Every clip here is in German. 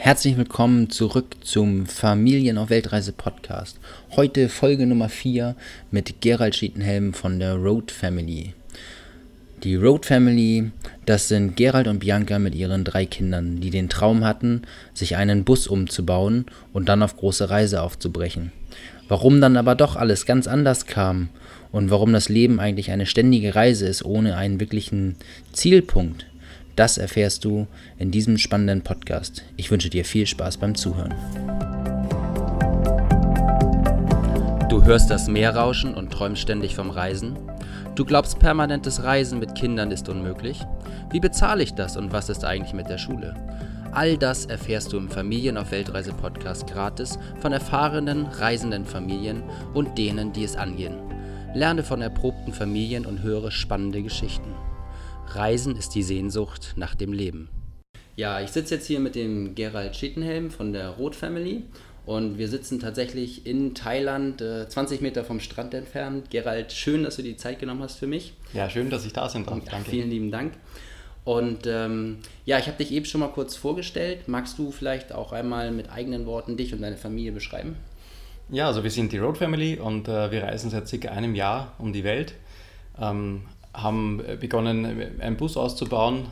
Herzlich willkommen zurück zum Familien auf Weltreise Podcast. Heute Folge Nummer 4 mit Gerald Schietenhelm von der Road Family. Die Road Family, das sind Gerald und Bianca mit ihren 3 Kindern, die den Traum hatten, sich einen Bus umzubauen und dann auf große Reise aufzubrechen. Warum dann aber doch alles ganz anders kam und warum das Leben eigentlich eine ständige Reise ist ohne einen wirklichen Zielpunkt, das erfährst du in diesem spannenden Podcast. Ich wünsche dir viel Spaß beim Zuhören. Du hörst das Meer rauschen und träumst ständig vom Reisen? Du glaubst, permanentes Reisen mit Kindern ist unmöglich? Wie bezahle ich das und was ist eigentlich mit der Schule? All das erfährst du im Familien auf Weltreise Podcast gratis von erfahrenen, reisenden Familien und denen, die es angehen. Lerne von erprobten Familien und höre spannende Geschichten. Reisen ist die Sehnsucht nach dem Leben. Ja, ich sitze jetzt hier mit dem Gerald Schietenhelm von der Road Family und wir sitzen tatsächlich in Thailand, 20 Meter vom Strand entfernt. Gerald, schön, dass du die Zeit genommen hast für mich. Ja, schön, dass ich da sein darf. Danke. Vielen lieben Dank. Und ich habe dich eben schon mal kurz vorgestellt. Magst du vielleicht auch einmal mit eigenen Worten dich und deine Familie beschreiben? Ja, also wir sind die Road Family und wir reisen seit circa einem Jahr um die Welt. Haben begonnen, einen Bus auszubauen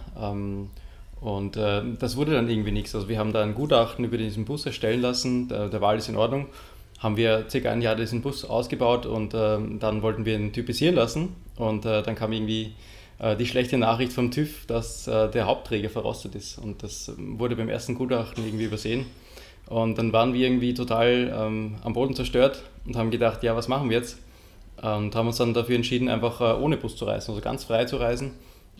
und das wurde dann irgendwie nichts. Also wir haben da ein Gutachten über diesen Bus erstellen lassen, der war alles in Ordnung. Haben wir circa ein Jahr diesen Bus ausgebaut und dann wollten wir ihn typisieren lassen und dann kam irgendwie die schlechte Nachricht vom TÜV, dass der Hauptträger verrostet ist und das wurde beim ersten Gutachten irgendwie übersehen. Und dann waren wir irgendwie total am Boden zerstört und haben gedacht, ja, was machen wir jetzt? Und haben uns dann dafür entschieden, einfach ohne Bus zu reisen, also ganz frei zu reisen.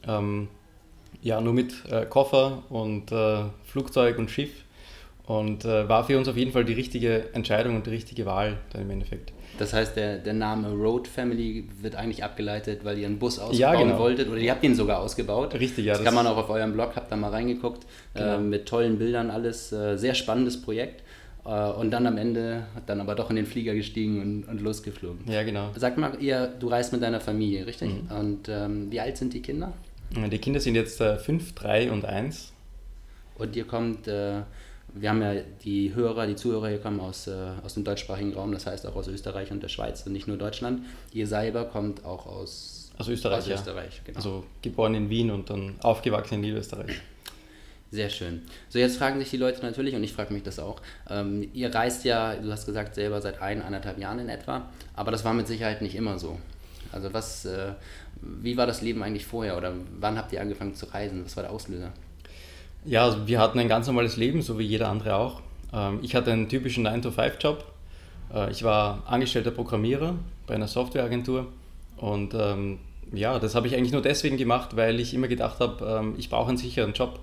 Nur mit Koffer und Flugzeug und Schiff. Und war für uns auf jeden Fall die richtige Entscheidung und die richtige Wahl dann im Endeffekt. Das heißt, der Name Road Family wird eigentlich abgeleitet, weil ihr einen Bus ausbauen wolltet oder ihr habt ihn sogar ausgebaut. Richtig, ja. Das kann man auch auf eurem Blog, habt da mal reingeguckt, genau. Mit tollen Bildern alles, sehr spannendes Projekt. Und dann am Ende hat dann aber doch in den Flieger gestiegen und losgeflogen. Ja, genau. Sag mal, du reist mit deiner Familie, richtig? Mhm. Und wie alt sind die Kinder? Die Kinder sind jetzt 5, 3 und 1. Und ihr kommt, wir haben ja die Zuhörer hier kommen aus dem deutschsprachigen Raum, das heißt auch aus Österreich und der Schweiz und nicht nur Deutschland. Ihr selber kommt auch aus Österreich, ja. Genau. Also geboren in Wien und dann aufgewachsen in Niederösterreich. Sehr schön. So, jetzt fragen sich die Leute natürlich, und ich frage mich das auch, ihr reist ja, du hast gesagt, selber seit 1,5 Jahren in etwa, aber das war mit Sicherheit nicht immer so. Also wie war das Leben eigentlich vorher oder wann habt ihr angefangen zu reisen? Was war der Auslöser? Ja, also wir hatten ein ganz normales Leben, so wie jeder andere auch. Ich hatte einen typischen 9-to-5-Job. Ich war angestellter Programmierer bei einer Softwareagentur und das habe ich eigentlich nur deswegen gemacht, weil ich immer gedacht habe, ich brauche einen sicheren Job.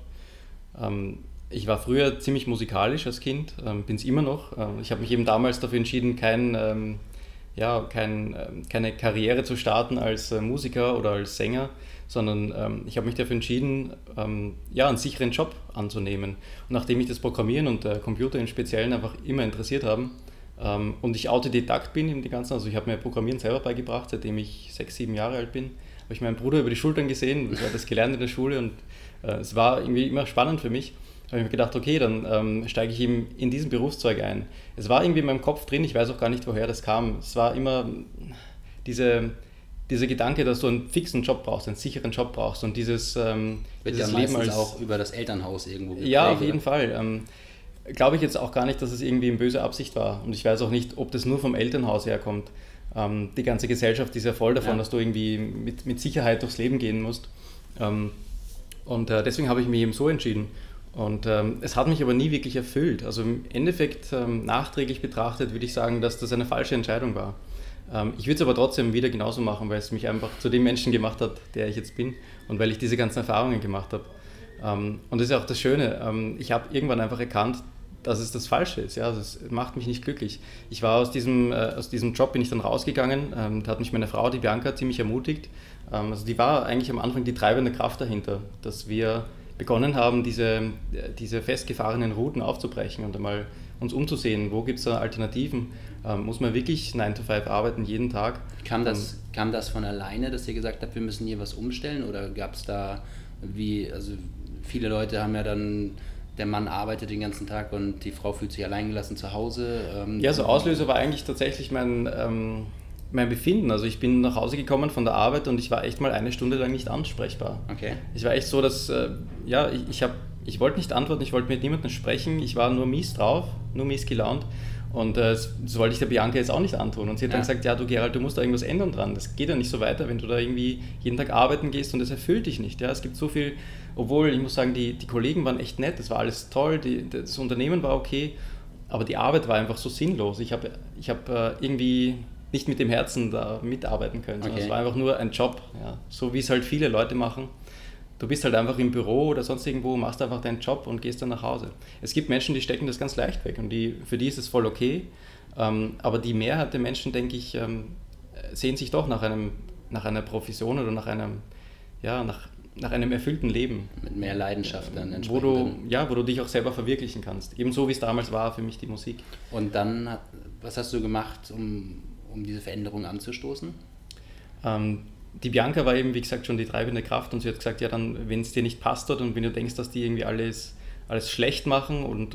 Ich war früher ziemlich musikalisch als Kind, bin es immer noch. Ich habe mich eben damals dafür entschieden, keine Karriere zu starten als Musiker oder als Sänger, sondern ich habe mich dafür entschieden, einen sicheren Job anzunehmen. Und nachdem mich das Programmieren und der Computer im Speziellen einfach immer interessiert haben und ich Autodidakt bin in die ganzen, also ich habe mir Programmieren selber beigebracht, seitdem ich 6, 7 Jahre alt bin, habe ich meinen Bruder über die Schultern gesehen, ich habe das gelernt in der Schule und es war irgendwie immer spannend für mich. Da habe ich mir gedacht, okay, dann steige ich eben in diesen Berufszweig ein. Es war irgendwie in meinem Kopf drin, ich weiß auch gar nicht, woher das kam. Es war immer dieser Gedanke, dass du einen fixen Job brauchst, einen sicheren Job brauchst und dieses Leben als auch über das Elternhaus irgendwo geprägt, ja, auf jeden Fall. Glaube ich jetzt auch gar nicht, dass es irgendwie in böser Absicht war. Und ich weiß auch nicht, ob das nur vom Elternhaus herkommt. Die ganze Gesellschaft ist ja voll davon, dass du irgendwie mit Sicherheit durchs Leben gehen musst. Deswegen habe ich mich eben so entschieden. Und es hat mich aber nie wirklich erfüllt. Also im Endeffekt, nachträglich betrachtet, würde ich sagen, dass das eine falsche Entscheidung war. Ich würde es aber trotzdem wieder genauso machen, weil es mich einfach zu dem Menschen gemacht hat, der ich jetzt bin und weil ich diese ganzen Erfahrungen gemacht habe. Und das ist ja auch das Schöne. Ich habe irgendwann einfach erkannt, dass es das Falsche ist. Ja? Also es macht mich nicht glücklich. Ich war aus diesem Job, bin ich dann rausgegangen. Da hat mich meine Frau, die Bianca, ziemlich ermutigt. Also die war eigentlich am Anfang die treibende Kraft dahinter, dass wir begonnen haben, diese festgefahrenen Routen aufzubrechen und einmal uns umzusehen, wo gibt es da Alternativen. Muss man wirklich 9-to-5 arbeiten, jeden Tag? Kam das von alleine, dass ihr gesagt habt, wir müssen hier was umstellen oder gab es da, also viele Leute haben ja dann der Mann arbeitet den ganzen Tag und die Frau fühlt sich alleingelassen zu Hause. Ja, so Auslöser war eigentlich tatsächlich mein Befinden. Also ich bin nach Hause gekommen von der Arbeit und ich war echt mal eine Stunde lang nicht ansprechbar. Okay. Ich war echt so, dass, ich wollte nicht antworten, ich wollte mit niemandem sprechen, ich war nur mies drauf, nur mies gelaunt. Und das wollte ich der Bianca jetzt auch nicht antun. Und sie hat dann gesagt, ja du Gerald, du musst da irgendwas ändern dran. Das geht ja nicht so weiter, wenn du da irgendwie jeden Tag arbeiten gehst und das erfüllt dich nicht. Ja? Es gibt so viel, obwohl ich muss sagen, die Kollegen waren echt nett, das war alles toll, das Unternehmen war okay, aber die Arbeit war einfach so sinnlos. Ich hab irgendwie nicht mit dem Herzen da mitarbeiten können, sondern es war einfach nur ein Job. Ja? So wie es halt viele Leute machen. Du bist halt einfach im Büro oder sonst irgendwo, machst einfach deinen Job und gehst dann nach Hause. Es gibt Menschen, die stecken das ganz leicht weg und für die ist es voll okay. Aber die Mehrheit der Menschen, denke ich, sehen sich doch nach einer Profession oder nach einem erfüllten Leben. Mit mehr Leidenschaft dann entsprechend. Wo du dich auch selber verwirklichen kannst. Ebenso wie es damals war für mich die Musik. Und dann, was hast du gemacht, um diese Veränderung anzustoßen? Die Bianca war eben, wie gesagt, schon die treibende Kraft und sie hat gesagt, ja dann, wenn es dir nicht passt dort und wenn du denkst, dass die irgendwie alles schlecht machen und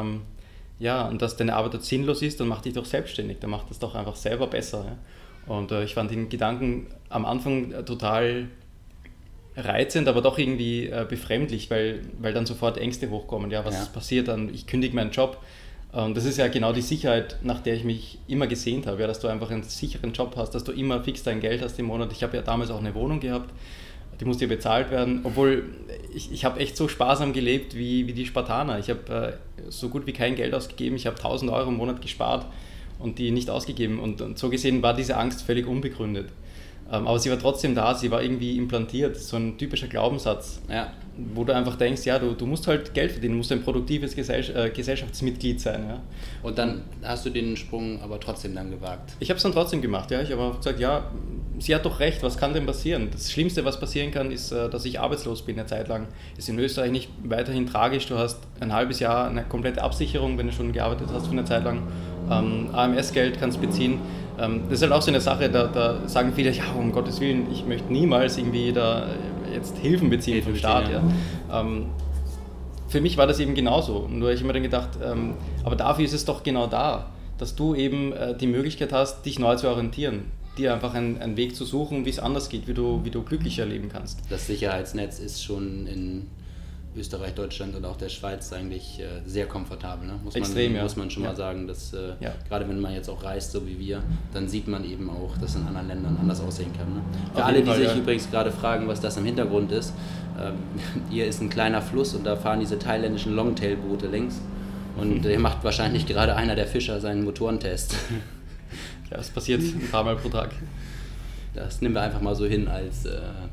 dass deine Arbeit dort sinnlos ist, dann mach dich doch selbstständig, dann mach das doch einfach selber besser. Ja? Und ich fand den Gedanken am Anfang total reizend, aber doch irgendwie befremdlich, weil dann sofort Ängste hochkommen. Ja, was passiert dann? Ich kündige meinen Job. Das ist ja genau die Sicherheit, nach der ich mich immer gesehnt habe, ja, dass du einfach einen sicheren Job hast, dass du immer fix dein Geld hast im Monat. Ich habe ja damals auch eine Wohnung gehabt, die musste ja bezahlt werden, obwohl ich habe echt so sparsam gelebt wie die Spartaner. Ich habe so gut wie kein Geld ausgegeben, ich habe 1.000 Euro im Monat gespart und die nicht ausgegeben und so gesehen war diese Angst völlig unbegründet. Aber sie war trotzdem da, sie war irgendwie implantiert, so ein typischer Glaubenssatz, wo du einfach denkst, ja, du musst halt Geld verdienen, du musst ein produktives Gesellschaftsmitglied sein. Ja. Und dann hast du den Sprung aber trotzdem dann gewagt? Ich habe es dann trotzdem gemacht, ja. Ich habe auch gesagt, ja, sie hat doch recht, was kann denn passieren? Das Schlimmste, was passieren kann, ist, dass ich arbeitslos bin eine Zeit lang. Ist in Österreich nicht weiterhin tragisch, du hast ein halbes Jahr eine komplette Absicherung, wenn du schon gearbeitet hast für eine Zeit lang. AMS-Geld kannst beziehen. Das ist halt auch so eine Sache, da sagen viele, ja, um Gottes Willen, ich möchte niemals irgendwie da jetzt Hilfen beziehen vom Staat. Ja. Für mich war das eben genauso. Nur ich habe mir dann gedacht, aber dafür ist es doch genau da, dass du eben die Möglichkeit hast, dich neu zu orientieren, dir einfach einen Weg zu suchen, wie es anders geht, wie du glücklicher leben kannst. Das Sicherheitsnetz ist schon in Österreich, Deutschland und auch der Schweiz eigentlich sehr komfortabel. Ne? Muss man schon mal sagen, dass gerade wenn man jetzt auch reist, so wie wir, dann sieht man eben auch, dass es in anderen Ländern anders aussehen kann. Ne? Für alle, die sich übrigens gerade fragen, was das im Hintergrund ist, hier ist ein kleiner Fluss und da fahren diese thailändischen Longtail-Boote längs und hier macht wahrscheinlich gerade einer der Fischer seinen Motorentest. Ja, das passiert ein paar Mal pro Tag. Das nehmen wir einfach mal so hin als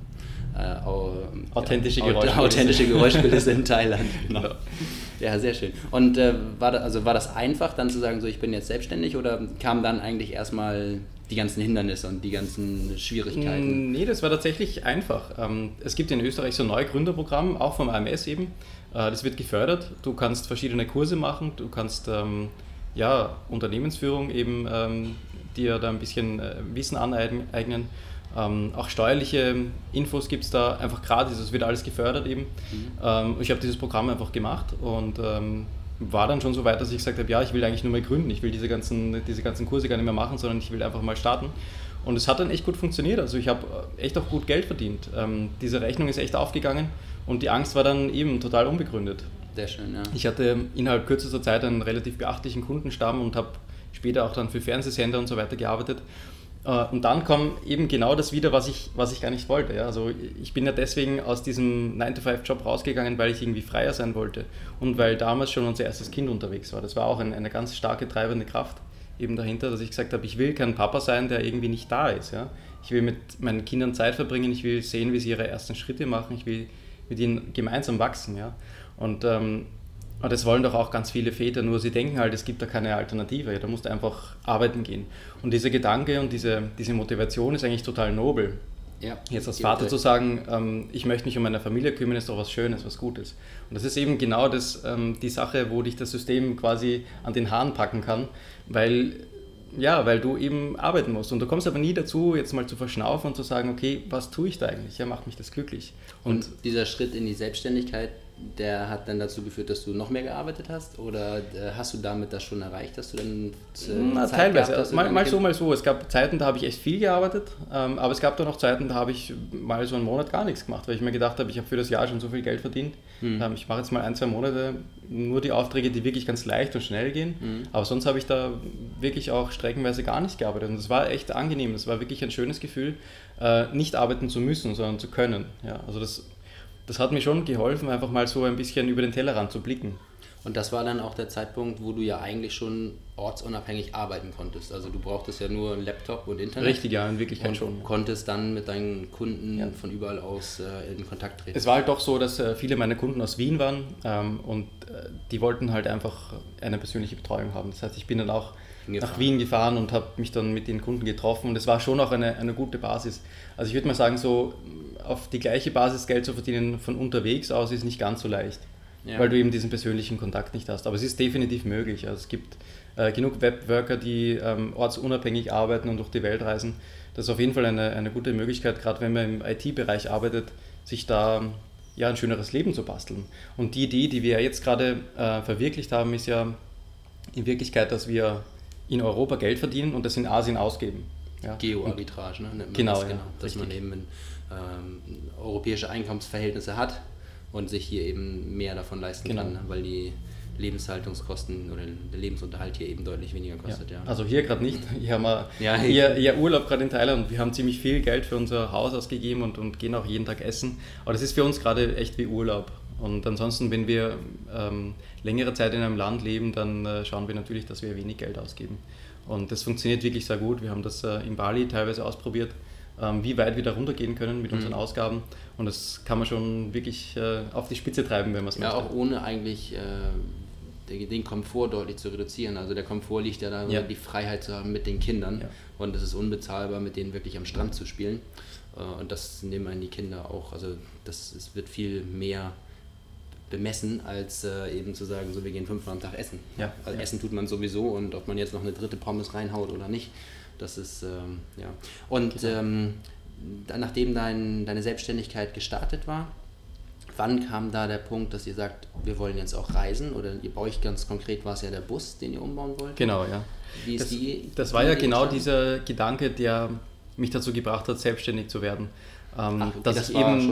authentische Geräuschkulisse in Thailand. Genau. Ja, sehr schön. Und war das einfach, dann zu sagen, so ich bin jetzt selbstständig, oder kamen dann eigentlich erstmal die ganzen Hindernisse und die ganzen Schwierigkeiten? Nee, das war tatsächlich einfach. Es gibt in Österreich so ein Neugründerprogramm, auch vom AMS eben. Das wird gefördert. Du kannst verschiedene Kurse machen, du kannst Unternehmensführung eben dir da ein bisschen Wissen aneignen. Auch steuerliche Infos gibt es da einfach gratis, es wird alles gefördert eben. Ich habe dieses Programm einfach gemacht und war dann schon so weit, dass ich gesagt habe, ja, ich will eigentlich nur mal gründen, ich will diese ganzen Kurse gar nicht mehr machen, sondern ich will einfach mal starten. Und es hat dann echt gut funktioniert, also ich habe echt auch gut Geld verdient. Diese Rechnung ist echt aufgegangen und die Angst war dann eben total unbegründet. Sehr schön, ja. Ich hatte innerhalb kürzester Zeit einen relativ beachtlichen Kundenstamm und habe später auch dann für Fernsehsender und so weiter gearbeitet. Und dann kam eben genau das wieder, was ich gar nicht wollte. Ja. Also ich bin ja deswegen aus diesem 9-to-5-Job rausgegangen, weil ich irgendwie freier sein wollte und weil damals schon unser erstes Kind unterwegs war. Das war auch eine ganz starke treibende Kraft eben dahinter, dass ich gesagt habe, ich will kein Papa sein, der irgendwie nicht da ist. Ja. Ich will mit meinen Kindern Zeit verbringen, ich will sehen, wie sie ihre ersten Schritte machen, ich will mit ihnen gemeinsam wachsen. Ja. Und das wollen doch auch ganz viele Väter, nur sie denken halt, es gibt da keine Alternative, ja, da musst du einfach arbeiten gehen. Und dieser Gedanke und diese Motivation ist eigentlich total nobel. Ja, jetzt als Vater zu sagen, ich möchte mich um meine Familie kümmern, ist doch was Schönes, was Gutes. Und das ist eben genau die Sache, wo dich das System quasi an den Haaren packen kann, weil du eben arbeiten musst. Und du kommst aber nie dazu, jetzt mal zu verschnaufen und zu sagen, okay, was tue ich da eigentlich? Ja, macht mich das glücklich. Und dieser Schritt in die Selbstständigkeit, der hat dann dazu geführt, dass du noch mehr gearbeitet hast? Oder hast du damit das schon erreicht, dass du dann teilweise, gehabt hast, mal so. Es gab Zeiten, da habe ich echt viel gearbeitet, aber es gab dann auch Zeiten, da habe ich mal so einen Monat gar nichts gemacht, weil ich mir gedacht habe, ich habe für das Jahr schon so viel Geld verdient. Ich mache jetzt mal 1-2 Monate nur die Aufträge, die wirklich ganz leicht und schnell gehen, aber sonst habe ich da wirklich auch streckenweise gar nicht gearbeitet und das war echt angenehm, das war wirklich ein schönes Gefühl, nicht arbeiten zu müssen, sondern zu können. Ja, also das hat mir schon geholfen, einfach mal so ein bisschen über den Tellerrand zu blicken. Und das war dann auch der Zeitpunkt, wo du ja eigentlich schon ortsunabhängig arbeiten konntest. Also du brauchtest ja nur einen Laptop und Internet. Richtig, ja, in Wirklichkeit schon. Und konntest dann mit deinen Kunden von überall aus in Kontakt treten. Es war halt doch so, dass viele meiner Kunden aus Wien waren und die wollten halt einfach eine persönliche Betreuung haben. Das heißt, ich bin dann auch nach Wien gefahren und habe mich dann mit den Kunden getroffen und es war schon auch eine gute Basis. Also ich würde mal sagen, so auf die gleiche Basis Geld zu verdienen von unterwegs aus ist nicht ganz so leicht, weil du eben diesen persönlichen Kontakt nicht hast. Aber es ist definitiv möglich. Also es gibt genug Webworker, die ortsunabhängig arbeiten und durch die Welt reisen. Das ist auf jeden Fall eine gute Möglichkeit, gerade wenn man im IT-Bereich arbeitet, sich da ein schöneres Leben zu basteln. Und die Idee, die wir jetzt gerade verwirklicht haben, ist ja in Wirklichkeit, dass wir in Europa Geld verdienen und das in Asien ausgeben. Ja. Geo-Arbitrage, ne? Nennt man genau, das, dass man eben europäische Einkommensverhältnisse hat und sich hier eben mehr davon leisten kann, weil die Lebenshaltungskosten oder der Lebensunterhalt hier eben deutlich weniger kostet. Ja. Also hier gerade nicht. Hier haben wir Urlaub gerade in Thailand und wir haben ziemlich viel Geld für unser Haus ausgegeben und gehen auch jeden Tag essen. Aber das ist für uns gerade echt wie Urlaub. Und ansonsten, wenn wir längere Zeit in einem Land leben, dann schauen wir natürlich, dass wir wenig Geld ausgeben. Und das funktioniert wirklich sehr gut. Wir haben das in Bali teilweise ausprobiert, wie weit wir da runtergehen können mit unseren Ausgaben. Und das kann man schon wirklich auf die Spitze treiben, wenn man es möchte. Ja, auch ohne eigentlich den Komfort deutlich zu reduzieren. Also der Komfort liegt ja darin, die Freiheit zu haben mit den Kindern. Ja. Und es ist unbezahlbar, mit denen wirklich am Strand zu spielen. Und das nehmen einen die Kinder auch. Also es wird viel mehr bemessen, als eben zu sagen, so wir gehen 5-mal am Tag essen. Ja. Also essen tut man sowieso und ob man jetzt noch eine dritte Pommes reinhaut oder nicht, das ist, Und nachdem deine Selbstständigkeit gestartet war, wann kam da der Punkt, dass ihr sagt, wir wollen jetzt auch reisen? Oder bei euch ganz konkret war es ja der Bus, den ihr umbauen wollt? Genau, ja. Das war ja genau dieser Gedanke, der mich dazu gebracht hat, selbstständig zu werden. Dass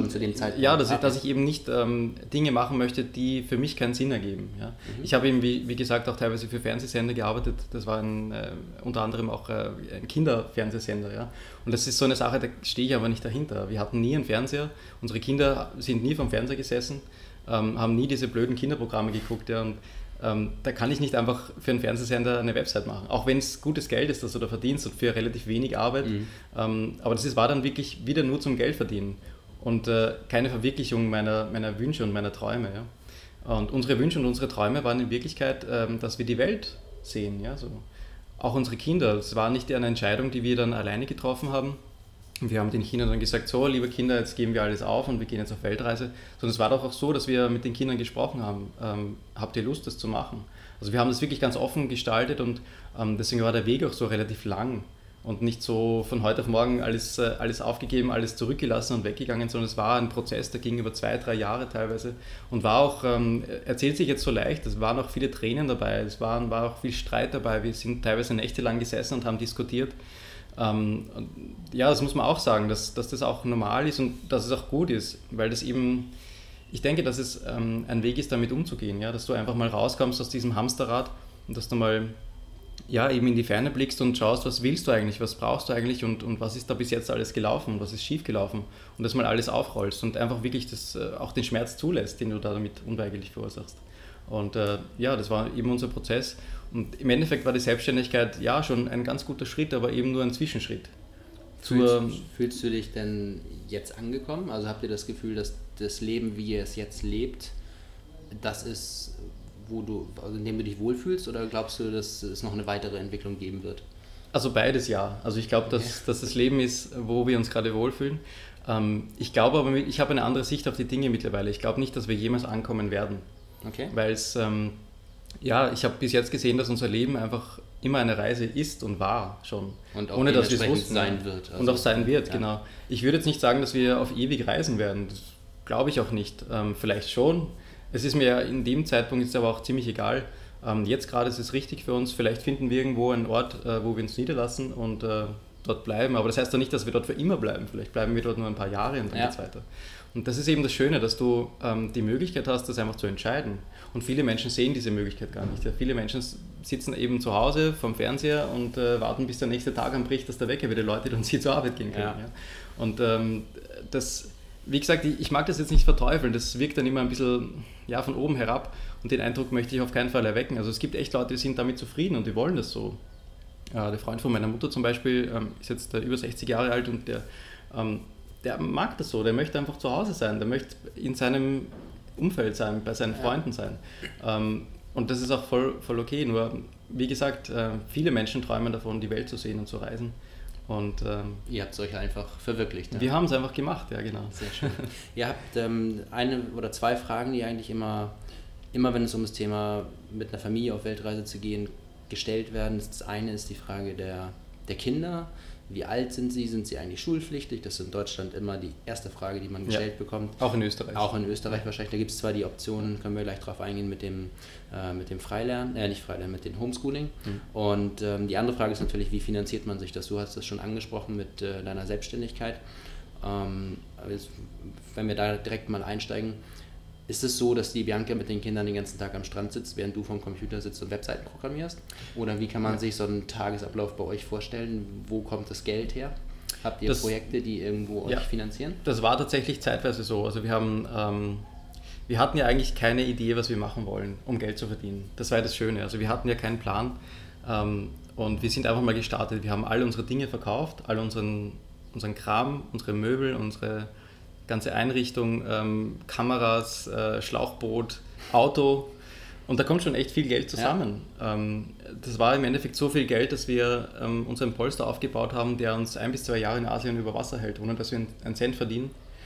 ich eben nicht Dinge machen möchte, die für mich keinen Sinn ergeben. Ja. Ich habe eben, wie gesagt, auch teilweise für Fernsehsender gearbeitet. Das war unter anderem auch ein Kinderfernsehsender. Ja. Und das ist so eine Sache, da stehe ich aber nicht dahinter. Wir hatten nie einen Fernseher. Unsere Kinder sind nie vom Fernseher gesessen, haben nie diese blöden Kinderprogramme geguckt. Ja. Und da kann ich nicht einfach für einen Fernsehsender eine Website machen, auch wenn es gutes Geld ist, das du da verdienst und für relativ wenig Arbeit, aber das war dann wirklich wieder nur zum Geld verdienen und keine Verwirklichung meiner Wünsche und meiner Träume. Ja. Und unsere Wünsche und unsere Träume waren in Wirklichkeit, dass wir die Welt sehen, ja, so. Auch unsere Kinder, es war nicht eine Entscheidung, die wir dann alleine getroffen haben. Wir haben den Kindern dann gesagt, so, liebe Kinder, jetzt geben wir alles auf und wir gehen jetzt auf Weltreise. Sondern es war doch auch so, dass wir mit den Kindern gesprochen haben. Habt ihr Lust, das zu machen? Also wir haben das wirklich ganz offen gestaltet und deswegen war der Weg auch so relativ lang und nicht so von heute auf morgen alles aufgegeben, alles zurückgelassen und weggegangen, sondern es war ein Prozess, der ging über 2-3 Jahre teilweise und war auch, erzählt sich jetzt so leicht, es waren auch viele Tränen dabei, es war auch viel Streit dabei, wir sind teilweise nächtelang gesessen und haben diskutiert. Das muss man auch sagen, dass das auch normal ist und dass es auch gut ist, weil das eben, ich denke, dass es ein Weg ist, damit umzugehen, ja, dass du einfach mal rauskommst aus diesem Hamsterrad und dass du mal eben in die Ferne blickst und schaust, was willst du eigentlich, was brauchst du eigentlich und was ist da bis jetzt alles gelaufen, was ist schief gelaufen und das mal alles aufrollst und einfach wirklich auch den Schmerz zulässt, den du da damit unweigerlich verursachst. Und das war eben unser Prozess. Und im Endeffekt war die Selbstständigkeit schon ein ganz guter Schritt, aber eben nur ein Zwischenschritt. Fühlst du dich denn jetzt angekommen? Also habt ihr das Gefühl, dass das Leben, wie ihr es jetzt lebt, das ist, in dem du dich wohlfühlst? Oder glaubst du, dass es noch eine weitere Entwicklung geben wird? Also beides ja. Also ich glaube, dass das Leben ist, wo wir uns gerade wohlfühlen. Ich glaube aber, ich habe eine andere Sicht auf die Dinge mittlerweile. Ich glaube nicht, dass wir jemals ankommen werden. Okay. Weil es... ich habe bis jetzt gesehen, dass unser Leben einfach immer eine Reise ist und war schon. Und auch ohne dass wir es wussten. Sein wird. Also und auch sein wird, genau. Ich würde jetzt nicht sagen, dass wir auf ewig reisen werden. Das glaube ich auch nicht. Vielleicht schon. Es ist mir in dem Zeitpunkt jetzt aber auch ziemlich egal. Jetzt gerade ist es richtig für uns. Vielleicht finden wir irgendwo einen Ort, wo wir uns niederlassen und dort bleiben. Aber das heißt doch nicht, dass wir dort für immer bleiben. Vielleicht bleiben wir dort nur ein paar Jahre und dann geht's weiter. Und das ist eben das Schöne, dass du die Möglichkeit hast, das einfach zu entscheiden. Und viele Menschen sehen diese Möglichkeit gar nicht. Ja, viele Menschen sitzen eben zu Hause vorm Fernseher und warten, bis der nächste Tag anbricht, dass der Wecker wieder läutet und sie zur Arbeit gehen können. Ja. Und das, wie gesagt, ich mag das jetzt nicht verteufeln. Das wirkt dann immer ein bisschen von oben herab. Und den Eindruck möchte ich auf keinen Fall erwecken. Also es gibt echt Leute, die sind damit zufrieden und die wollen das so. Der Freund von meiner Mutter zum Beispiel ist jetzt über 60 Jahre alt und der mag das so, der möchte einfach zu Hause sein, der möchte in seinem Umfeld sein, bei seinen Freunden sein. Und das ist auch voll okay, nur wie gesagt, viele Menschen träumen davon, die Welt zu sehen und zu reisen. Und ihr habt es euch einfach verwirklicht. Ja? Wir haben es einfach gemacht, ja genau. Sehr schön. Ihr habt eine oder zwei Fragen, die eigentlich immer wenn es um das Thema mit einer Familie auf Weltreise zu gehen, gestellt werden. Das eine ist die Frage der Kinder. Wie alt sind sie? Sind sie eigentlich schulpflichtig? Das ist in Deutschland immer die erste Frage, die man gestellt bekommt. Auch in Österreich. Auch in Österreich wahrscheinlich. Da gibt es zwar die Option, können wir gleich drauf eingehen, mit dem Freilernen, nicht Freilernen, mit dem Homeschooling. Und die andere Frage ist natürlich, wie finanziert man sich das? Du hast das schon angesprochen mit deiner Selbstständigkeit. Wenn wir da direkt mal einsteigen, ist es so, dass die Bianca mit den Kindern den ganzen Tag am Strand sitzt, während du vom Computer sitzt und Webseiten programmierst? Oder wie kann man sich so einen Tagesablauf bei euch vorstellen? Wo kommt das Geld her? Habt ihr Projekte, die irgendwo euch finanzieren? Das war tatsächlich zeitweise so. Also wir hatten ja eigentlich keine Idee, was wir machen wollen, um Geld zu verdienen. Das war ja das Schöne. Also wir hatten ja keinen Plan und wir sind einfach mal gestartet. Wir haben all unsere Dinge verkauft, all unseren Kram, unsere Möbel, unsere ganze Einrichtung, Kameras, Schlauchboot, Auto und da kommt schon echt viel Geld zusammen. Ja. Das war im Endeffekt so viel Geld, dass wir unseren Polster aufgebaut haben, der uns 1 bis 2 Jahre in Asien über Wasser hält, ohne dass wir einen Cent verdienen.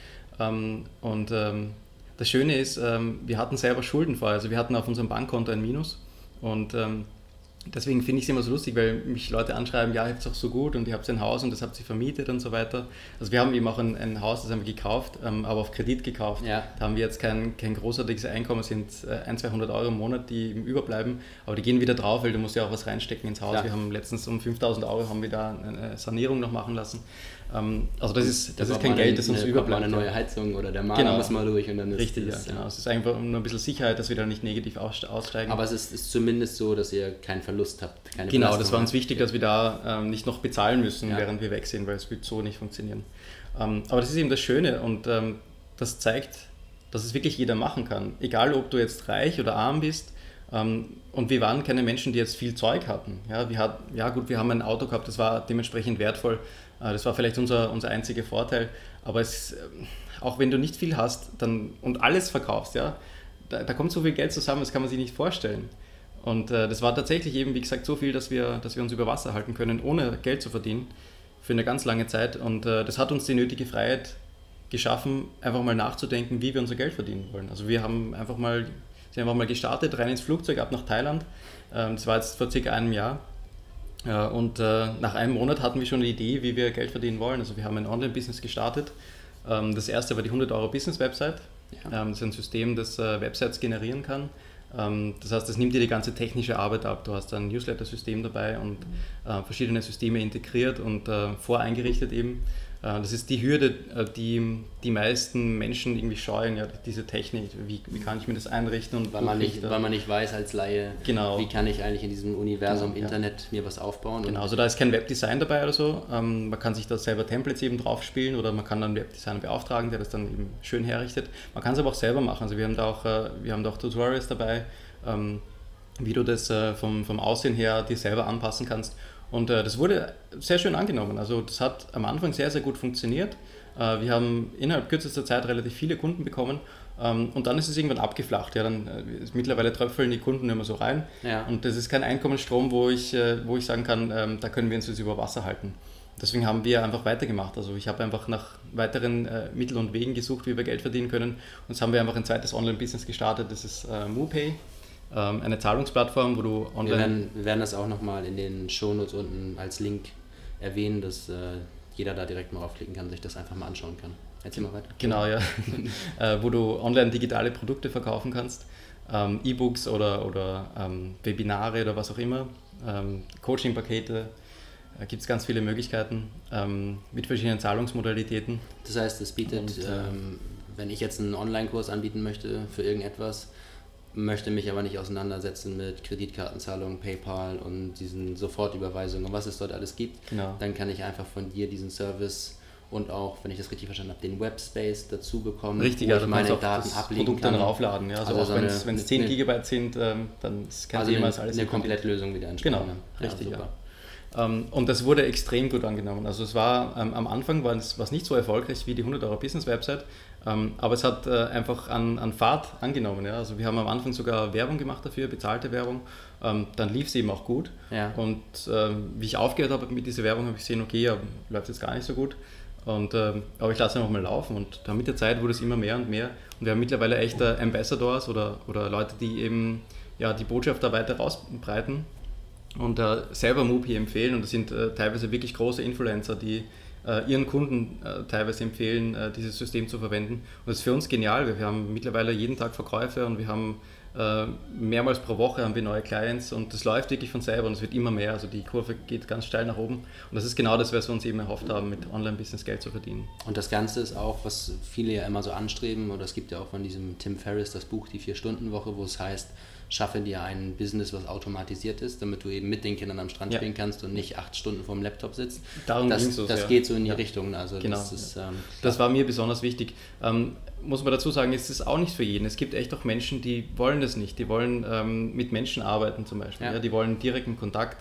Das Schöne ist, wir hatten selber Schulden vorher, also wir hatten auf unserem Bankkonto ein Minus und deswegen finde ich es immer so lustig, weil mich Leute anschreiben, ja, ihr habt es doch so gut und ihr habt ein Haus und das habt ihr vermietet und so weiter. Also wir haben eben auch ein Haus, das haben wir gekauft, aber auf Kredit gekauft. Ja. Da haben wir jetzt kein großartiges Einkommen, es sind 100-200 Euro im Monat, die im Überbleiben, aber die gehen wieder drauf, weil du musst ja auch was reinstecken ins Haus. Ja. Wir haben letztens um 5.000 Euro haben wir da eine Sanierung noch machen lassen. Also das ist kein Geld, das uns überbleibt. Eine neue Heizung oder der Maler muss mal durch und dann ist richtig, ja, genau. Es ist einfach nur ein bisschen Sicherheit, dass wir da nicht negativ aussteigen. Aber es ist zumindest so, dass ihr keinen Verlust habt. Keine genau, das war uns wichtig, dass wir da nicht noch bezahlen müssen, während wir weg sind, weil es wird so nicht funktionieren. Aber das ist eben das Schöne und das zeigt, dass es wirklich jeder machen kann. Egal, ob du jetzt reich oder arm bist. Und wir waren keine Menschen, die jetzt viel Zeug hatten. Ja, wir haben ein Auto gehabt, das war dementsprechend wertvoll. Das war vielleicht unser einziger Vorteil. Aber auch wenn du nicht viel hast und alles verkaufst, ja, da kommt so viel Geld zusammen, das kann man sich nicht vorstellen. Und das war tatsächlich eben, wie gesagt, so viel, dass wir uns über Wasser halten können, ohne Geld zu verdienen, für eine ganz lange Zeit. Und das hat uns die nötige Freiheit geschaffen, einfach mal nachzudenken, wie wir unser Geld verdienen wollen. Also wir haben einfach mal gestartet, rein ins Flugzeug, ab nach Thailand. Das war jetzt vor circa einem Jahr. Und nach einem Monat hatten wir schon eine Idee, wie wir Geld verdienen wollen. Also wir haben ein Online-Business gestartet. Das erste war die 100-Euro-Business-Website. Ja. Das ist ein System, das Websites generieren kann. Das heißt, das nimmt dir die ganze technische Arbeit ab. Du hast ein Newsletter-System dabei und verschiedene Systeme integriert und voreingerichtet eben. Das ist die Hürde, die meisten Menschen irgendwie scheuen, ja, diese Technik, wie kann ich mir das einrichten? Und weil man nicht weiß als Laie, genau. Wie kann ich eigentlich in diesem Universum Internet mir was aufbauen? Genau, also da ist kein Webdesign dabei oder so. Man kann sich da selber Templates eben drauf spielen oder man kann dann einen Webdesigner beauftragen, der das dann eben schön herrichtet. Man kann es aber auch selber machen. Also wir haben da auch Tutorials dabei, wie du das vom Aussehen her dir selber anpassen kannst. Und das wurde sehr schön angenommen. Also das hat am Anfang sehr, sehr gut funktioniert. Wir haben innerhalb kürzester Zeit relativ viele Kunden bekommen und dann ist es irgendwann abgeflacht. Ja, mittlerweile tröpfeln die Kunden immer so rein und das ist kein Einkommensstrom, wo ich sagen kann, da können wir uns jetzt über Wasser halten. Deswegen haben wir einfach weitergemacht. Also ich habe einfach nach weiteren Mitteln und Wegen gesucht, wie wir Geld verdienen können und jetzt haben wir einfach ein zweites Online-Business gestartet, das ist MooPay. Eine Zahlungsplattform, wo du online... Wir werden das auch nochmal in den Shownotes unten als Link erwähnen, dass jeder da direkt mal draufklicken kann, sich das einfach mal anschauen kann. Erzähl mal weiter. Genau, ja. Wo du online digitale Produkte verkaufen kannst, E-Books oder Webinare oder was auch immer, Coaching-Pakete, gibt es ganz viele Möglichkeiten mit verschiedenen Zahlungsmodalitäten. Das heißt, es bietet, wenn ich jetzt einen Online-Kurs anbieten möchte für irgendetwas, möchte mich aber nicht auseinandersetzen mit Kreditkartenzahlungen, PayPal und diesen Sofortüberweisungen und was es dort alles gibt, dann kann ich einfach von dir diesen Service und auch, wenn ich das richtig verstanden habe, den Webspace dazu bekommen, richtig, wo ich meine Daten ablegen Produkt kann. Dann raufladen. Ja. Also auch wenn es 10 GB sind, dann ist kein Thema. Alles eine Komplettlösung wieder entsprechend. Genau, richtig, ja. Und das wurde extrem gut angenommen. Also es war am Anfang war es nicht so erfolgreich wie die 100 Euro Business Website, aber es hat einfach an Fahrt angenommen. Ja. Also wir haben am Anfang sogar Werbung gemacht dafür, bezahlte Werbung. Dann lief es eben auch gut. Ja. Und wie ich aufgehört habe mit dieser Werbung, habe ich gesehen, okay, läuft jetzt gar nicht so gut. Aber ich lasse einfach mal laufen und dann mit der Zeit wurde es immer mehr und mehr. Und wir haben mittlerweile echt Ambassadors oder Leute, die eben die Botschaft da weiter rausbreiten und selber Mupi empfehlen. Und das sind teilweise wirklich große Influencer, die ihren Kunden teilweise empfehlen, dieses System zu verwenden. Und das ist für uns genial. Wir haben mittlerweile jeden Tag Verkäufe und wir haben mehrmals pro Woche haben wir neue Clients und das läuft wirklich von selber und es wird immer mehr. Also die Kurve geht ganz steil nach oben und das ist genau das, was wir uns eben erhofft haben, mit Online-Business Geld zu verdienen. Und das Ganze ist auch, was viele ja immer so anstreben, oder es gibt ja auch von diesem Tim Ferriss das Buch Die 4-Stunden-Woche, wo es heißt, schaffe dir ein Business, was automatisiert ist, damit du eben mit den Kindern am Strand spielen kannst und nicht 8 Stunden vorm Laptop sitzt. Darum das geht so in die Richtung. Also genau. Das war mir besonders wichtig. Muss man dazu sagen, ist es auch nicht für jeden. Es gibt echt auch Menschen, die wollen das nicht. Die wollen mit Menschen arbeiten zum Beispiel. Ja. Die wollen direkten Kontakt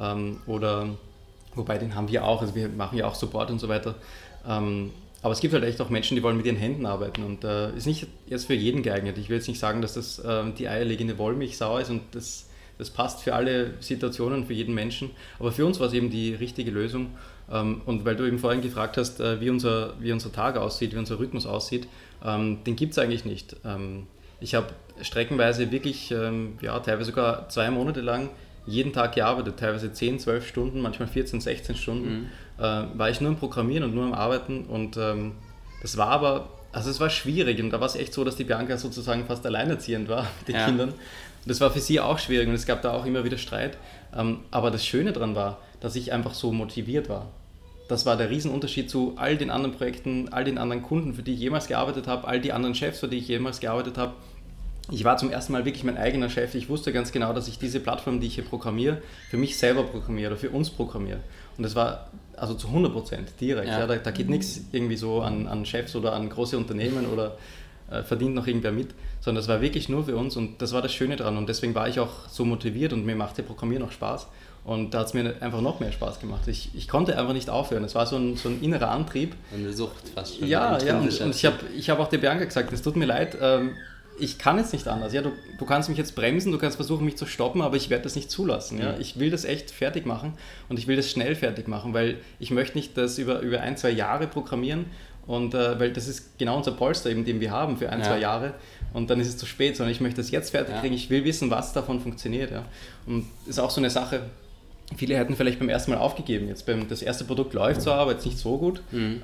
wobei den haben wir auch. Also wir machen ja auch Support und so weiter. Aber es gibt halt echt auch Menschen, die wollen mit ihren Händen arbeiten und ist nicht jetzt für jeden geeignet. Ich will jetzt nicht sagen, dass das die eierlegende Wollmilchsau ist und das passt für alle Situationen, für jeden Menschen. Aber für uns war es eben die richtige Lösung. Und weil du eben vorhin gefragt hast, wie unser Tag aussieht, wie unser Rhythmus aussieht, den gibt es eigentlich nicht. Ich habe streckenweise wirklich, teilweise sogar 2 Monate lang jeden Tag gearbeitet, teilweise 10, 12 Stunden, manchmal 14, 16 Stunden, war ich nur am Programmieren und nur am Arbeiten und das war aber, also es war schwierig und da war es echt so, dass die Bianca sozusagen fast alleinerziehend war mit den Kindern. Und das war für sie auch schwierig und es gab da auch immer wieder Streit, aber das Schöne daran war, dass ich einfach so motiviert war. Das war der Riesenunterschied zu all den anderen Projekten, all den anderen Kunden, für die ich jemals gearbeitet habe, all die anderen Chefs, für die ich jemals gearbeitet habe. Ich war zum ersten Mal wirklich mein eigener Chef. Ich wusste ganz genau, dass ich diese Plattform, die ich hier programmiere, für mich selber programmiere oder für uns programmiere. Und das war also zu 100% direkt. Ja. Da geht nichts irgendwie so an Chefs oder an große Unternehmen oder verdient noch irgendwer mit, sondern das war wirklich nur für uns und das war das Schöne dran. Und deswegen war ich auch so motiviert und mir machte Programmieren auch Spaß. Und da hat es mir einfach noch mehr Spaß gemacht. Ich konnte einfach nicht aufhören. Es war so ein innerer Antrieb. Eine Sucht fast schon. Ja, und ich hab auch der Bianca gesagt, es tut mir leid, ich kann jetzt nicht anders. Ja, du kannst mich jetzt bremsen, du kannst versuchen, mich zu stoppen, aber ich werde das nicht zulassen. Ja? Ich will das echt fertig machen und ich will das schnell fertig machen, weil ich möchte nicht das über 1-2 Jahre programmieren und weil das ist genau unser Polster, eben, den wir haben für 1-2 Jahre und dann ist es zu spät, sondern ich möchte das jetzt fertig kriegen. Ich will wissen, was davon funktioniert. Ja? Und das ist auch so eine Sache, viele hätten vielleicht beim ersten Mal aufgegeben. Das erste Produkt läuft zwar, aber jetzt nicht so gut.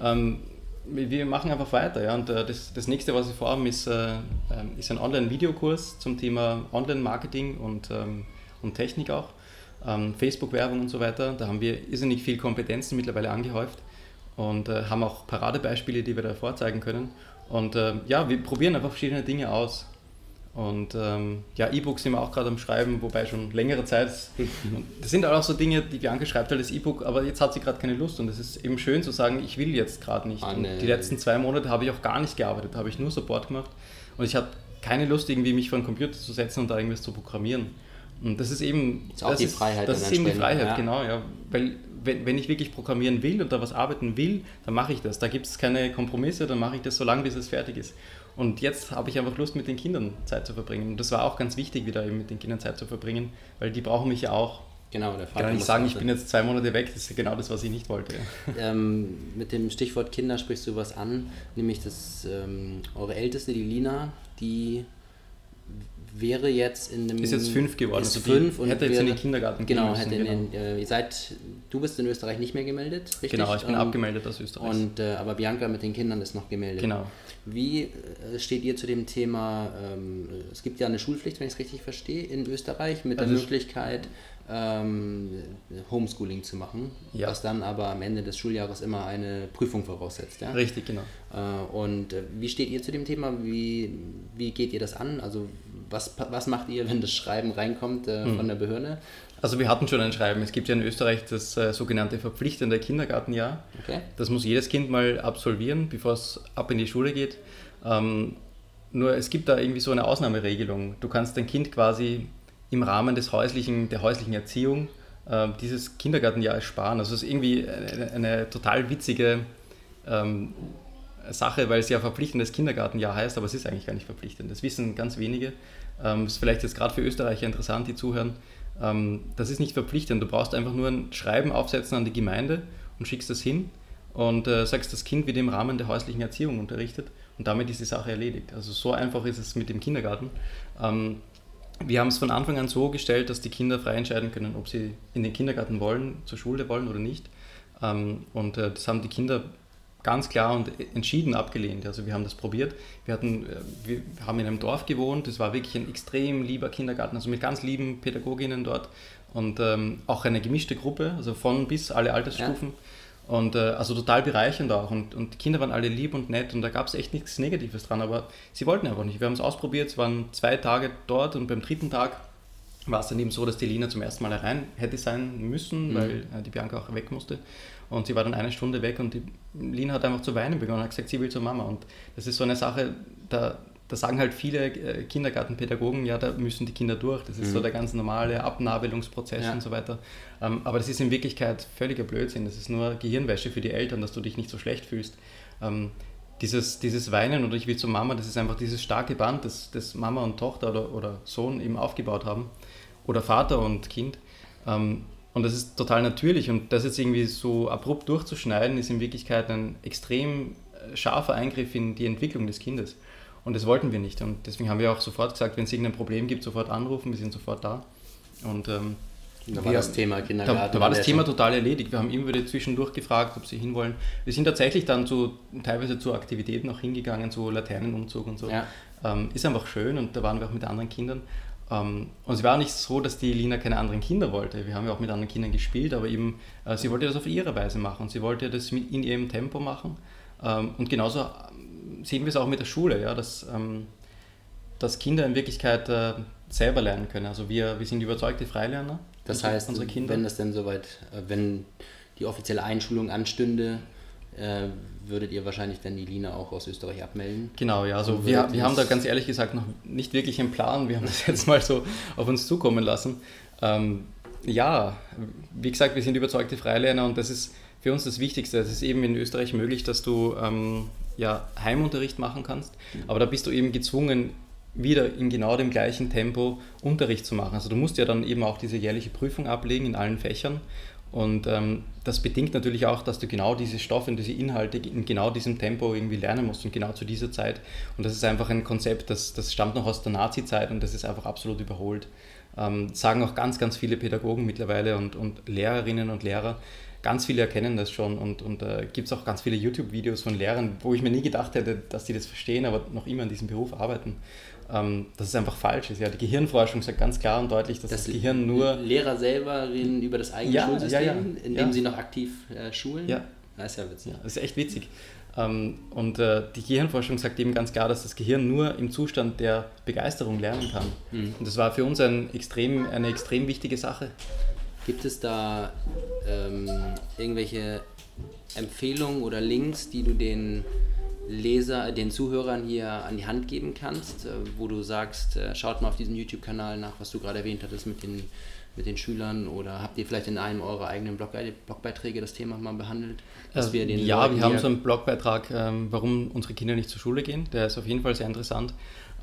Wir machen einfach weiter. Ja? Und das nächste, was wir vorhaben, ist ein Online-Videokurs zum Thema Online-Marketing und Technik auch. Facebook-Werbung und so weiter. Da haben wir irrsinnig viel Kompetenzen mittlerweile angehäuft und haben auch Paradebeispiele, die wir da vorzeigen können. Und wir probieren einfach verschiedene Dinge aus. Und E-Books sind wir auch gerade am Schreiben, wobei schon längere Zeit. Das sind auch so Dinge, die Bianca schreibt halt das E-Book, aber jetzt hat sie gerade keine Lust und es ist eben schön zu sagen, ich will jetzt gerade nicht. Und die letzten 2 Monate habe ich auch gar nicht gearbeitet, habe ich nur Support gemacht und ich habe keine Lust, irgendwie mich vor den Computer zu setzen und da irgendwas zu programmieren. Und das ist eben die Freiheit. Das ist eben die Freiheit, genau, ja. Weil wenn ich wirklich programmieren will und da was arbeiten will, dann mache ich das. Da gibt es keine Kompromisse, dann mache ich das so lange, bis es fertig ist. Und jetzt habe ich einfach Lust, mit den Kindern Zeit zu verbringen. Und das war auch ganz wichtig, wieder eben mit den Kindern Zeit zu verbringen, weil die brauchen mich ja auch. Genau, der Vater. Kann ich sagen, ich bin jetzt 2 Monate weg, das ist genau das, was ich nicht wollte. Mit dem Stichwort Kinder sprichst du was an, nämlich eure Älteste, die Lina, die wäre jetzt in dem... Ist jetzt 5 geworden. Ist 5 und hätte jetzt in den Kindergarten gehen müssen. Du bist in Österreich nicht mehr gemeldet, richtig? Genau, ich bin abgemeldet aus Österreich. Aber Bianca mit den Kindern ist noch gemeldet. Genau. Wie steht ihr zu dem Thema, es gibt ja eine Schulpflicht, wenn ich es richtig verstehe, in Österreich mit der Möglichkeit, Homeschooling zu machen, was dann aber am Ende des Schuljahres immer eine Prüfung voraussetzt. Ja? Richtig, genau. Und wie steht ihr zu dem Thema? Wie geht ihr das an? Also was macht ihr, wenn das Schreiben reinkommt von der Behörde? Also wir hatten schon ein Schreiben. Es gibt ja in Österreich das sogenannte verpflichtende Kindergartenjahr. Okay. Das muss jedes Kind mal absolvieren, bevor es ab in die Schule geht. Nur es gibt da irgendwie so eine Ausnahmeregelung. Du kannst dein Kind quasi im Rahmen der häuslichen Erziehung dieses Kindergartenjahr sparen. Also es ist irgendwie eine total witzige Sache, weil es ja verpflichtendes Kindergartenjahr heißt, aber es ist eigentlich gar nicht verpflichtend. Das wissen ganz wenige. Ist vielleicht jetzt gerade für Österreicher interessant, die zuhören. Das ist nicht verpflichtend. Du brauchst einfach nur ein Schreiben aufsetzen an die Gemeinde und schickst das hin und sagst, das Kind wird im Rahmen der häuslichen Erziehung unterrichtet und damit ist die Sache erledigt. Also so einfach ist es mit dem Kindergarten. Wir haben es von Anfang an so gestellt, dass die Kinder frei entscheiden können, ob sie in den Kindergarten wollen, zur Schule wollen oder nicht. Und das haben die Kinder ganz klar und entschieden abgelehnt. Also wir haben das probiert. Wir haben in einem Dorf gewohnt, das war wirklich ein extrem lieber Kindergarten, also mit ganz lieben Pädagoginnen dort und auch eine gemischte Gruppe, also von bis alle Altersstufen. Ja. Und also total bereichernd auch und die Kinder waren alle lieb und nett und da gab es echt nichts Negatives dran, aber sie wollten einfach nicht. Wir haben es ausprobiert, es waren 2 Tage dort und beim 3. Tag war es dann eben so, dass die Lina zum ersten Mal herein hätte sein müssen, weil die Bianca auch weg musste. Und sie war dann 1 Stunde weg und die Lina hat einfach zu weinen begonnen und hat gesagt, sie will zur Mama. Und das ist so eine Sache, da sagen halt viele Kindergartenpädagogen, ja, da müssen die Kinder durch. Das ist so der ganz normale Abnabelungsprozess und so weiter. Aber das ist in Wirklichkeit völliger Blödsinn. Das ist nur Gehirnwäsche für die Eltern, dass du dich nicht so schlecht fühlst. Dieses Weinen oder ich will zur Mama, das ist einfach dieses starke Band, das Mama und Tochter oder Sohn eben aufgebaut haben. Oder Vater und Kind. Und das ist total natürlich und das jetzt irgendwie so abrupt durchzuschneiden, ist in Wirklichkeit ein extrem scharfer Eingriff in die Entwicklung des Kindes. Und das wollten wir nicht. Und deswegen haben wir auch sofort gesagt, wenn es irgendein Problem gibt, sofort anrufen, wir sind sofort da. Und da war das Thema Kindergarten. Da war das Thema total erledigt. Wir haben immer wieder zwischendurch gefragt, ob sie hinwollen. Wir sind tatsächlich dann teilweise zu Aktivitäten auch hingegangen, so Laternenumzug und so. Ja. Ist einfach schön und da waren wir auch mit anderen Kindern. Und es war nicht so, dass die Lina keine anderen Kinder wollte. Wir haben ja auch mit anderen Kindern gespielt, aber eben, sie wollte das auf ihre Weise machen. Sie wollte das in ihrem Tempo machen. Und genauso sehen wir es auch mit der Schule, ja, dass Kinder in Wirklichkeit selber lernen können. Also wir sind überzeugte Freilerner. Das heißt, unsere Kinder, wenn das denn soweit, wenn die offizielle Einschulung anstünde, würdet ihr wahrscheinlich dann die Lina auch aus Österreich abmelden? Genau, ja. Also wir haben da ganz ehrlich gesagt noch nicht wirklich einen Plan. Wir haben das jetzt mal so auf uns zukommen lassen. Ja, wie gesagt, wir sind überzeugte Freilerner und das ist für uns das Wichtigste. Es ist eben in Österreich möglich, dass du Heimunterricht machen kannst, aber da bist du eben gezwungen, wieder in genau dem gleichen Tempo Unterricht zu machen. Also du musst ja dann eben auch diese jährliche Prüfung ablegen in allen Fächern. Und das bedingt natürlich auch, dass du genau diese Stoffe und diese Inhalte in genau diesem Tempo irgendwie lernen musst und genau zu dieser Zeit. Und das ist einfach ein Konzept, das stammt noch aus der Nazi-Zeit und das ist einfach absolut überholt. Sagen auch ganz, ganz viele Pädagogen mittlerweile und Lehrerinnen und Lehrer. Ganz viele erkennen das schon und gibt es auch ganz viele YouTube-Videos von Lehrern, wo ich mir nie gedacht hätte, dass die das verstehen, aber noch immer in diesem Beruf arbeiten. Dass es einfach falsch ist. Ja, die Gehirnforschung sagt ganz klar und deutlich, dass das Gehirn nur... Lehrer selber reden über das eigene Schulsystem, indem sie noch aktiv schulen? Ja. Das ist ja witzig. Ja, das ist echt witzig. Und die Gehirnforschung sagt eben ganz klar, dass das Gehirn nur im Zustand der Begeisterung lernen kann. Mhm. Und das war für uns eine extrem wichtige Sache. Gibt es da irgendwelche Empfehlungen oder Links, die du den Zuhörern hier an die Hand geben kannst, wo du sagst, schaut mal auf diesem YouTube-Kanal nach, was du gerade erwähnt hattest mit den Schülern, oder habt ihr vielleicht in einem eurer eigenen Blogbeiträge das Thema mal behandelt? Wir haben so einen Blogbeitrag, warum unsere Kinder nicht zur Schule gehen, der ist auf jeden Fall sehr interessant.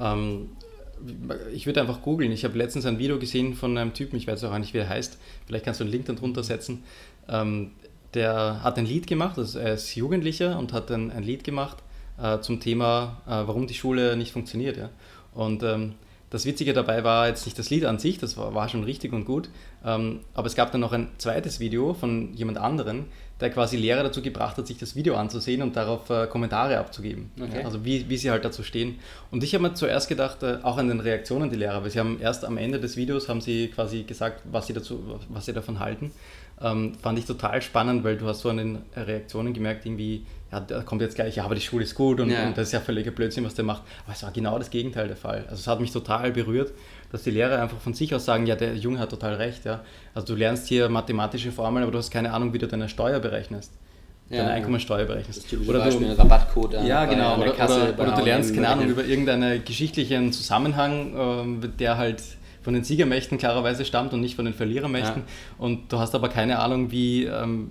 Ich würde einfach googeln. Ich habe letztens ein Video gesehen von einem Typen, ich weiß auch nicht, wie er heißt, vielleicht kannst du einen Link dann drunter setzen. Der hat ein Lied gemacht, also er ist Jugendlicher und hat ein Lied gemacht zum Thema, warum die Schule nicht funktioniert. Ja. Und das Witzige dabei war jetzt nicht das Lied an sich, das war schon richtig und gut, aber es gab dann noch ein zweites Video von jemand anderen, der quasi Lehrer dazu gebracht hat, sich das Video anzusehen und darauf Kommentare abzugeben. Okay. Also wie sie halt dazu stehen. Und ich habe mir zuerst gedacht, auch an den Reaktionen die Lehrer, weil sie haben erst am Ende des Videos haben sie quasi gesagt, was sie davon halten. Fand ich total spannend, weil du hast so an den Reaktionen gemerkt, irgendwie, ja, da kommt jetzt gleich, ja, aber die Schule ist gut und das ist ja völliger Blödsinn, was der macht. Aber es war genau das Gegenteil der Fall. Also es hat mich total berührt, dass die Lehrer einfach von sich aus sagen, ja, der Junge hat total recht. Ja. Also du lernst hier mathematische Formeln, aber du hast keine Ahnung, wie du deine Steuer berechnest. Deine Einkommensteuer berechnest. Oder du einen Rabattcode genau, an der Kasse. Oder du lernst, keine Ahnung, über irgendeinen geschichtlichen Zusammenhang, der halt von den Siegermächten klarerweise stammt und nicht von den Verlierermächten. Und du hast aber keine Ahnung, wie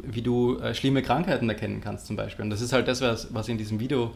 du schlimme Krankheiten erkennen kannst zum Beispiel. Und das ist halt das, was in diesem Video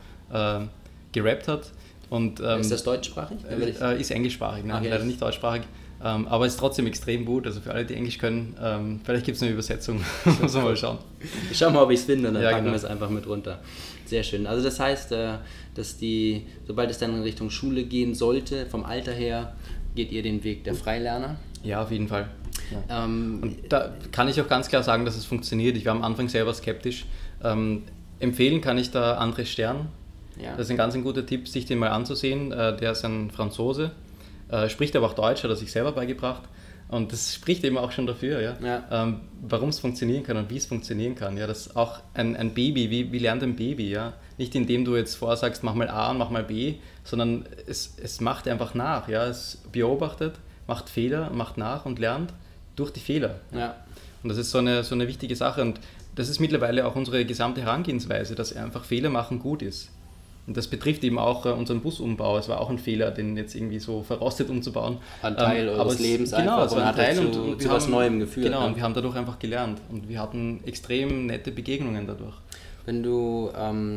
gerappt hat. Und, ist das deutschsprachig? Ist englischsprachig, nein, leider nicht deutschsprachig. Aber ist trotzdem extrem gut. Also für alle, die Englisch können, vielleicht gibt es eine Übersetzung. Muss man mal schauen. Ich schau mal, ob ich es finde, dann packen wir es einfach mit runter. Sehr schön. Also das heißt, dass sobald es dann in Richtung Schule gehen sollte, vom Alter her, geht ihr den Weg der Freilerner? Ja, auf jeden Fall. Ja. Und da kann ich auch ganz klar sagen, dass es funktioniert. Ich war am Anfang selber skeptisch. Empfehlen kann ich da André Stern. Ja. Das ist ein ganz guter Tipp, sich den mal anzusehen. Der ist ein Franzose, spricht aber auch Deutsch, hat er sich selber beigebracht. Und das spricht eben auch schon dafür, warum es funktionieren kann und wie es funktionieren kann. Ja, das ist auch ein Baby, wie lernt ein Baby? Ja? Nicht indem du jetzt vorsagst, mach mal A und mach mal B, sondern es macht einfach nach. Ja? Es beobachtet, macht Fehler, macht nach und lernt durch die Fehler. Ja. Und das ist so eine wichtige Sache. Und das ist mittlerweile auch unsere gesamte Herangehensweise, dass einfach Fehler machen gut ist. Und das betrifft eben auch unseren Busumbau. Es war auch ein Fehler, den jetzt irgendwie so verrostet umzubauen. Ein Teil eures Lebens einfach. Genau, es war ein Teil und zu was Neuem geführt. Genau, und wir haben dadurch einfach gelernt. Und wir hatten extrem nette Begegnungen dadurch. Wenn du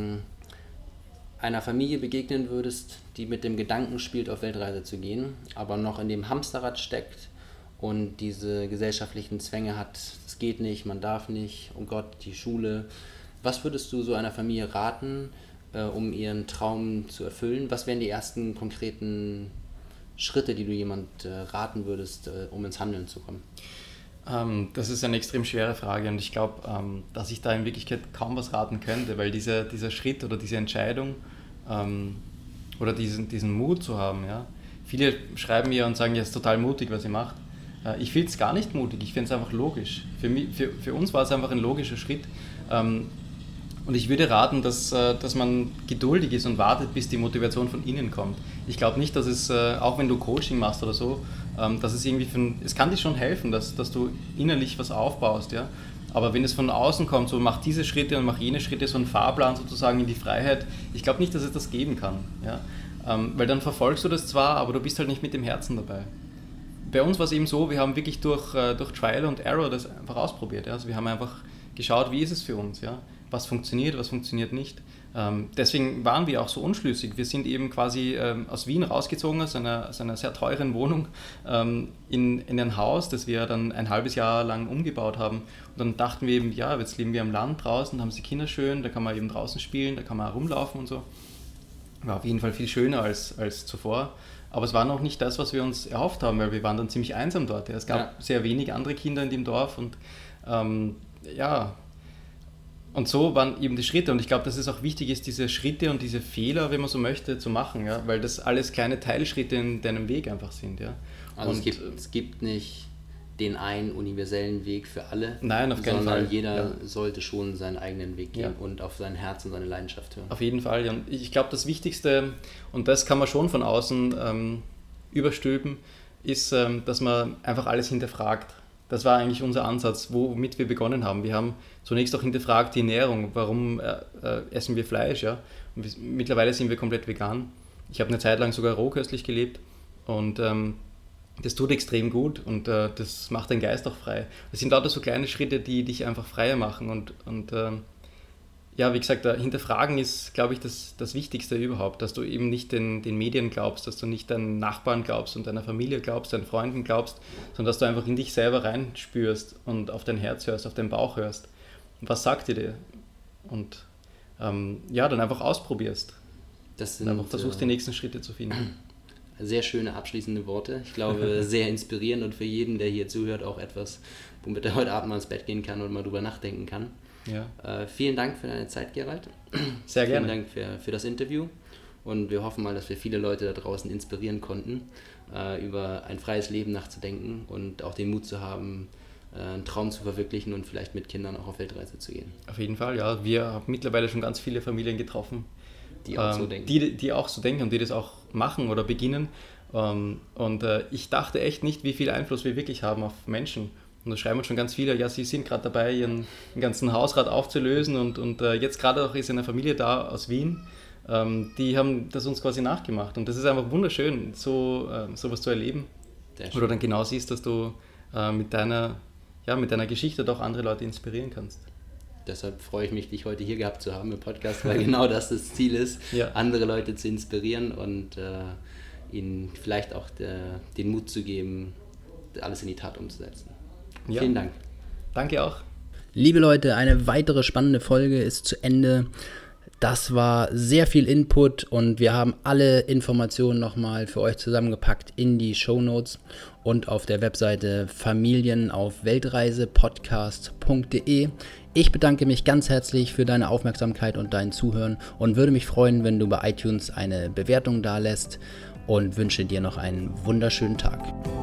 einer Familie begegnen würdest, die mit dem Gedanken spielt, auf Weltreise zu gehen, aber noch in dem Hamsterrad steckt und diese gesellschaftlichen Zwänge hat, es geht nicht, man darf nicht, oh Gott, die Schule. Was würdest du so einer Familie raten, um ihren Traum zu erfüllen? Was wären die ersten konkreten Schritte, die du jemand raten würdest, um ins Handeln zu kommen? Das ist eine extrem schwere Frage und ich glaube, dass ich da in Wirklichkeit kaum was raten könnte, weil dieser Schritt oder diese Entscheidung oder diesen Mut zu haben, ja. Viele schreiben mir und sagen, ja, es ist total mutig, was ihr macht. Ich finde es gar nicht mutig, ich finde es einfach logisch. Für uns war es einfach ein logischer Schritt. Und ich würde raten, dass man geduldig ist und wartet, bis die Motivation von innen kommt. Ich glaube nicht, dass es, auch wenn du Coaching machst oder so, dass es irgendwie es kann dir schon helfen, dass du innerlich was aufbaust, ja. Aber wenn es von außen kommt, so mach diese Schritte und mach jene Schritte, so ein Fahrplan sozusagen in die Freiheit, ich glaube nicht, dass es das geben kann, ja. Weil dann verfolgst du das zwar, aber du bist halt nicht mit dem Herzen dabei. Bei uns war es eben so, wir haben wirklich durch Trial and Error das einfach ausprobiert, ja. Also wir haben einfach geschaut, wie ist es für uns, ja. Was funktioniert nicht. Deswegen waren wir auch so unschlüssig. Wir sind eben quasi aus Wien rausgezogen, aus einer sehr teuren Wohnung, in ein Haus, das wir dann ein halbes Jahr lang umgebaut haben. Und dann dachten wir eben, ja, jetzt leben wir am Land draußen, haben die Kinder schön, da kann man eben draußen spielen, da kann man herumlaufen und so. War auf jeden Fall viel schöner als zuvor. Aber es war noch nicht das, was wir uns erhofft haben, weil wir waren dann ziemlich einsam dort. Ja. Es gab sehr wenig andere Kinder in dem Dorf und und so waren eben die Schritte und ich glaube, dass es auch wichtig ist, diese Schritte und diese Fehler, wenn man so möchte, zu machen, ja? Weil das alles kleine Teilschritte in deinem Weg einfach sind. Ja? Also es gibt nicht den einen universellen Weg für alle, nein, auf keinen Fall. Sondern jeder sollte schon seinen eigenen Weg gehen und auf sein Herz und seine Leidenschaft hören. Auf jeden Fall, ja. Und ich glaube, das Wichtigste, und das kann man schon von außen überstülpen, ist, dass man einfach alles hinterfragt. Das war eigentlich unser Ansatz, womit wir begonnen haben. Wir haben zunächst auch hinterfragt die Ernährung, warum essen wir Fleisch. Ja? Und mittlerweile sind wir komplett vegan. Ich habe eine Zeit lang sogar rohköstlich gelebt und das tut extrem gut und das macht den Geist auch frei. Das sind lauter so kleine Schritte, die dich einfach freier machen und wie gesagt, hinterfragen ist, glaube ich, das Wichtigste überhaupt, dass du eben nicht den Medien glaubst, dass du nicht deinen Nachbarn glaubst und deiner Familie glaubst, deinen Freunden glaubst, sondern dass du einfach in dich selber reinspürst und auf dein Herz hörst, auf deinen Bauch hörst. Und was sagt dir? Und dann einfach ausprobierst. Und einfach versuchst, die nächsten Schritte zu finden. sehr schöne abschließende Worte. Ich glaube, sehr inspirierend und für jeden, der hier zuhört, auch etwas, womit er heute Abend mal ins Bett gehen kann und mal drüber nachdenken kann. Ja. Vielen Dank für deine Zeit, Gerald. Sehr gerne. Vielen Dank für das Interview und wir hoffen mal, dass wir viele Leute da draußen inspirieren konnten, über ein freies Leben nachzudenken und auch den Mut zu haben, einen Traum zu verwirklichen und vielleicht mit Kindern auch auf Weltreise zu gehen. Auf jeden Fall, ja. Wir haben mittlerweile schon ganz viele Familien getroffen, die auch so denken. Die auch so denken und die das auch machen oder beginnen. Und ich dachte echt nicht, wie viel Einfluss wir wirklich haben auf Menschen. Und da schreiben uns schon ganz viele, ja, sie sind gerade dabei, ihren ganzen Hausrat aufzulösen und jetzt gerade auch ist eine Familie da aus Wien, die haben das uns quasi nachgemacht. Und das ist einfach wunderschön, sowas zu erleben. Wo du dann genau siehst, dass du mit deiner Geschichte doch andere Leute inspirieren kannst. Deshalb freue ich mich, dich heute hier gehabt zu haben im Podcast, weil genau das Ziel ist, andere Leute zu inspirieren und ihnen vielleicht auch den Mut zu geben, alles in die Tat umzusetzen. Ja. Vielen Dank. Danke auch. Liebe Leute, eine weitere spannende Folge ist zu Ende. Das war sehr viel Input und wir haben alle Informationen nochmal für euch zusammengepackt in die Shownotes und auf der Webseite familienaufweltreisepodcast.de. Ich bedanke mich ganz herzlich für deine Aufmerksamkeit und dein Zuhören und würde mich freuen, wenn du bei iTunes eine Bewertung dalässt und wünsche dir noch einen wunderschönen Tag.